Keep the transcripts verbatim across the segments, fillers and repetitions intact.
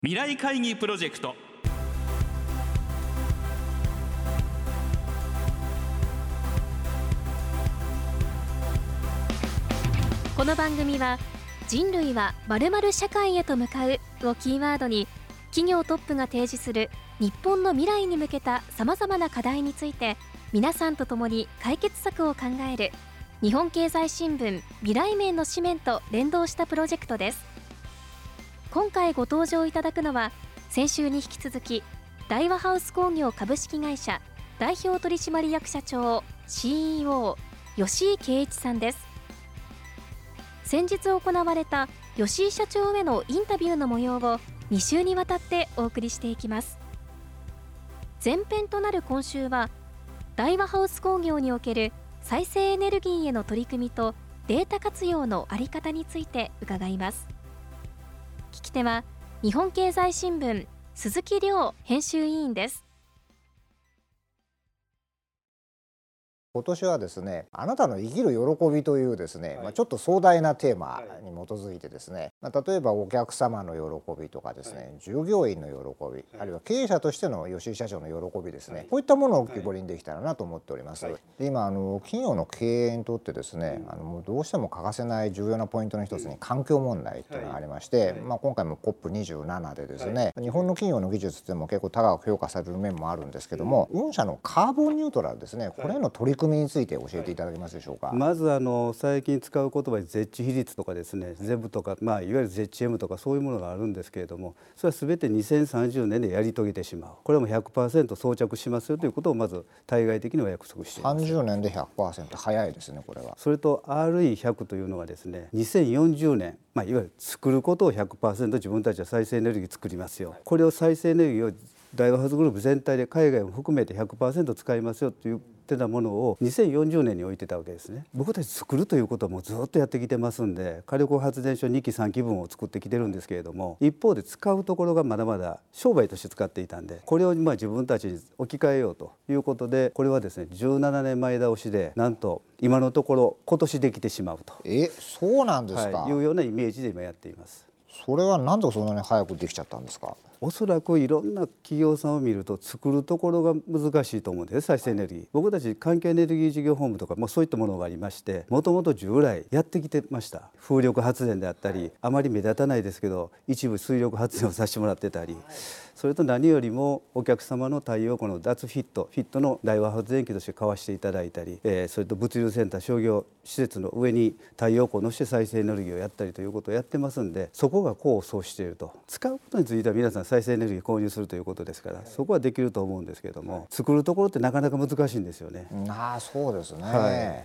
未来会議プロジェクト。 この番組は人類は〇〇社会へと向かうをキーワードに、企業トップが提示する日本の未来に向けたさまざまな課題について皆さんと共に解決策を考える日本経済新聞未来面の紙面と連動したプロジェクトです。今回ご登場いただくのは、先週に引き続き大和ハウス工業株式会社代表取締役社長 シーイーオー 吉井圭一さんです。先日行われた吉井社長へのインタビューの模様をに週にわたってお送りしていきます。前編となる今週は、大和ハウス工業における再生エネルギーへの取り組みとデータ活用の在り方について伺います。聞き手は日本経済新聞鈴木亮編集委員です。 今年はですね、あなたの生きる喜びというですね、はい、まあちょっと壮大なテーマに基づいてですね、まあ例えばお客様の喜びとかですね、はい、従業員の喜び、はい、あるいは経営者としての吉井社長の喜びですね、はい、こういったものを浮き彫りにできたらなと思っております。はい、で今あの企業の経営にとってですね、あのもうどうしても欠かせない重要なポイントの一つに環境問題というのがありまして、はい、まあ今回も コップにじゅうなな でですね、はい、日本の企業の技術っていうのも結構高く評価される面もあるんですけども、御社のカーボンニュートラルですね、これへの取り組みについて教えていただけますでしょうか。 まずあの最近使う言葉でゼッチ比率とかですね、ゼブとか、まあ、いわゆる ゼッチエム とかそういうものがあるんですけれども、それは全てにせんさんじゅうねんでやり遂げてしまう。これも ひゃくパーセント 装着しますよということをまず対外的には約束しています。 さんじゅうねんで ひゃくパーセント 早いですね、これは。 それと アールイーひゃく というのがですね、にせんよんじゅうねん、まあ、いわゆる作ることを ひゃくパーセント 自分たちは再生エネルギー作りますよ。これを再生エネルギーを大和ハウスグループ全体で海外も含めて ひゃくパーセント 使いますよというってなものをにせんよんじゅうねんに置いてたわけですね。僕たち作るということはもうずっとやってきてますんで、火力発電所にきさんきぶんを作ってきてるんですけれども、一方で使うところがまだまだ商売として使っていたんで、これをまあ自分たちに置き換えようということで、これはですねじゅうななねんまえ倒しでなんと今のところ今年できてしまうと、 えそうなんですか、 はい、いうようなイメージで今やっています。 それはなんでそんなに早くできちゃったんですか。 おそらくいろんな企業さんを見ると作るところが難しいと思うんです。再生エネルギー、僕たち環境エネルギー事業本部とかもそういったものがありまして、もともと従来やってきてました。風力発電であったり、あまり目立たないですけど一部水力発電をさせてもらってたり、それと何よりもお客様の対応、この脱フィットフィットの大和発電機として買わせていただいたり、えー、それと物流センター商業施設の上に太陽光を乗せて再生エネルギーをやったりということをやってますんで、そこが功を奏していると。使うことについては皆さん再生エネルギー購入するということですから、そこはできると思うんですけれども、作るところってなかなか難しいんですよね。 ああそうですね、 はい、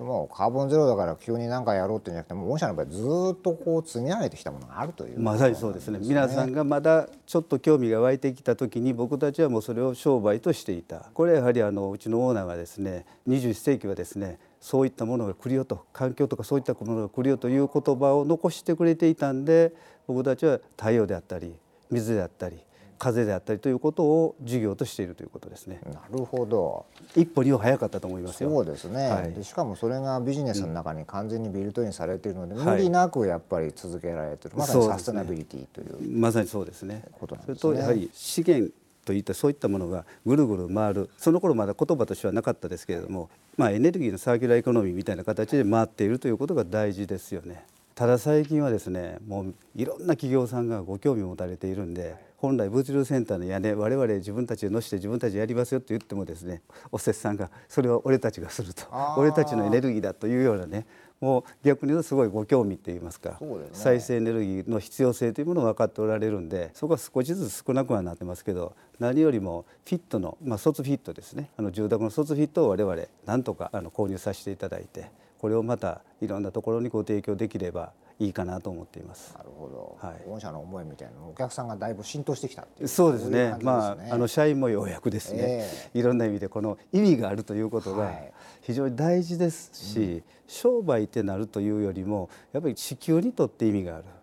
もうカーボンゼロだから急に何かやろうっていうんじゃなくて、もう御社の場合ずっとこう積み上げてきたものがあるという、 まさにそうですね。皆さんがまだちょっと興味が湧いてきた時に、僕たちはもうそれを商売としていた。これはやはりあのうちのオーナーがですね、にじゅういっせいきはですね、そういったものが来るよと、環境とかそういったものが来るよという言葉を残してくれていたんで、僕たちは太陽であったり水であったり風であったりということを事業としているということですね。 なるほど。 一歩二歩早かったと思いますよ。 そうですね、はい、でしかもそれがビジネスの中に完全にビルトインされているので、うん、無理なくやっぱり続けられている、はい、まさにサステナビリティという、 まさにそうですね。 ことなんですね。 それとやはり資源といったそういったものがぐるぐる回る、その頃まだ言葉としてはなかったですけれども、まあ、エネルギーのサーキュラーエコノミーみたいな形で回っているということが大事ですよね。ただ最近はですね、もういろんな企業さんがご興味を持たれているんで、本来物流センターの屋根我々自分たちで乗せて自分たちでやりますよと言ってもですね、お施主さんがそれは俺たちがすると、俺たちのエネルギーだというようなね、もう逆に言うとすごいご興味っていいますか、 そうですね、 再生エネルギーの必要性というものを分かっておられるんで、そこは少しずつ少なくはなってますけど、何よりもフィットの、まあ、卒フィットですね、あの住宅の卒フィットを我々なんとかあの購入させていただいて、これをまたいろんなところにご提供できればいいかなと思っています。 なるほど、 はい、 御社の思いみたいなお客さんがだいぶ浸透してきたっていう。 そうですね。 そういう感じですね。 まああの社員もようやくですね、えー、いろんな意味でこの意味があるということが非常に大事ですし、はい、うん、商売ってなるというよりもやっぱり地球にとって意味がある。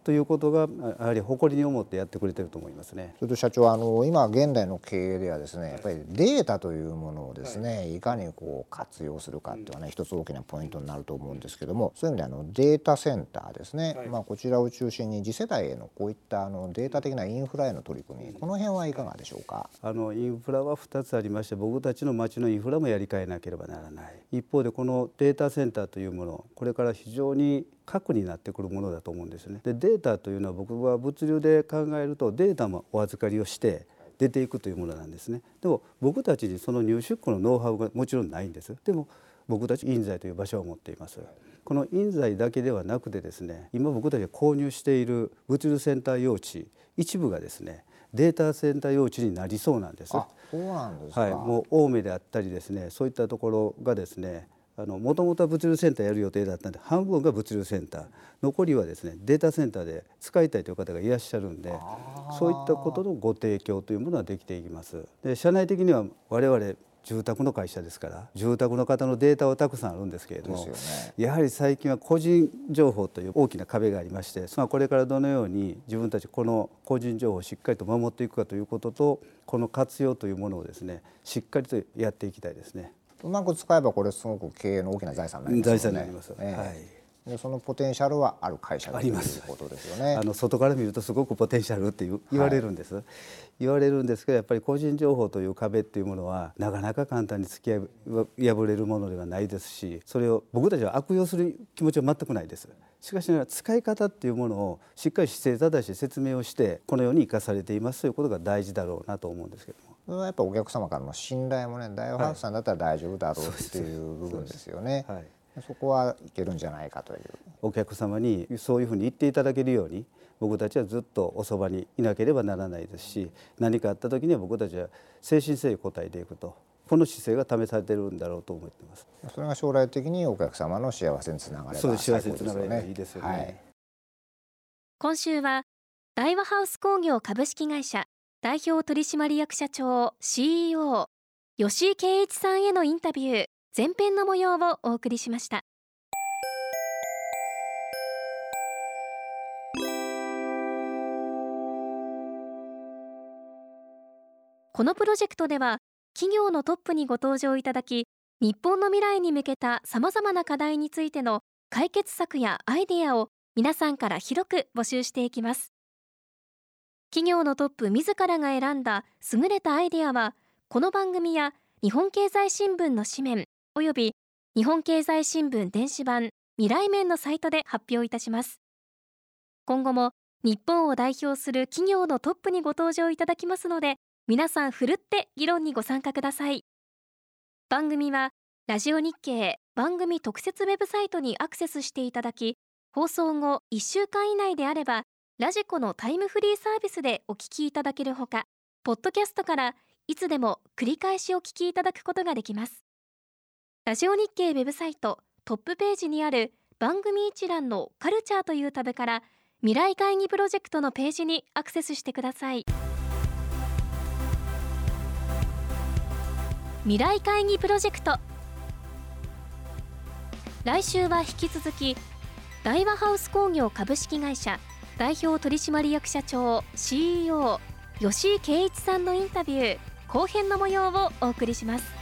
ということがやはり誇りに思ってやってくれてると思いますね。 それと社長、あの今現代の経営ではですね、やっぱりデータというものをですね、いかにこう活用するかっていうのはね、一つ大きなポイントになると思うんですけども、そういう意味であのデータセンターですね、まあ、こちらを中心に次世代へのこういったあのデータ的なインフラへの取り組み、この辺はいかがでしょうか。 あのインフラはふたつありまして、僕たちの町のインフラもやり替えなければならない。一方でこのデータセンターというもの、これから非常に核になってくるものだと思うんですね。でデータというのは僕は物流で考えるとデータもお預かりをして出ていくというものなんですね。でも僕たちにその入出庫のノウハウがもちろんないんです。でも僕たち印西という場所を持っています。この印西だけではなくてですね、今僕たちが購入している物流センター用地一部がですねデータセンター用地になりそうなんです。 あ、そうなんですか。 はい、もう青梅であったりですね、そういったところがですね、もともとは物流センターやる予定だったんで、半分が物流センター、残りはですねデータセンターで使いたいという方がいらっしゃるんで、そういったことのご提供というものはできていきます。で社内的には我々住宅の会社ですから、住宅の方のデータはたくさんあるんですけれども、 ですよね、 やはり最近は個人情報という大きな壁がありまして、そのこれからどのように自分たちこの個人情報をしっかりと守っていくかということと、この活用というものをですねしっかりとやっていきたいですね。 うまく使えばこれすごく経営の大きな財産になりますよね。 財産になります、 ええ、 はい、 でそのポテンシャルはある会社だということですよね。 あの外から見るとすごくポテンシャルって言われるんです、はい、言われるんですけど、やっぱり個人情報という壁っていうものはなかなか簡単に突き破れるものではないですし、それを僕たちは悪用する気持ちは全くないです。しかしながら使い方っていうものをしっかり姿勢正しい説明をして、このように生かされていますということが大事だろうなと思うんですけども、 それはやっぱお客様からの信頼もね、大和ハウスさんだったら大丈夫だろうっていう部分ですよね。はい、そこはいけるんじゃないかという、 お客様にそういうふうに言っていただけるように僕たちはずっとおそばにいなければならないですし、何かあった時には僕たちは誠心誠意応えていくと、この姿勢が試されているんだろうと思っています。 それが将来的にお客様の幸せにつながればそう幸せにつながればいいですよね。はい、 今週は大和ハウス工業株式会社代表取締役社長 シーイーオー 吉井圭一さんへのインタビュー前編の模様をお送りしました。このプロジェクトでは企業のトップにご登場いただき、日本の未来に向けたさまざまな課題についての解決策やアイデアを皆さんから広く募集していきます。企業のトップ自らが選んだ優れたアイデアは、この番組や日本経済新聞の紙面および日本経済新聞電子版未来面のサイトで発表いたします。今後も日本を代表する企業のトップにご登場いただきますので、皆さんふるって議論にご参加ください。番組はラジオ日経番組特設ウェブサイトにアクセスしていただき、放送後いっしゅうかん以内であればラジコのタイムフリーサービスでお聞きいただけるほか、ポッドキャストからいつでも繰り返しお聞きいただくことができます。ラジオ日経ウェブサイトトップページにある番組一覧のカルチャーというタブから未来会議プロジェクトのページにアクセスしてください。未来会議プロジェクト、来週は引き続き大和ハウス工業株式会社代表取締役社長 シーイーオー 吉井圭一さんのインタビュー後編の模様をお送りします。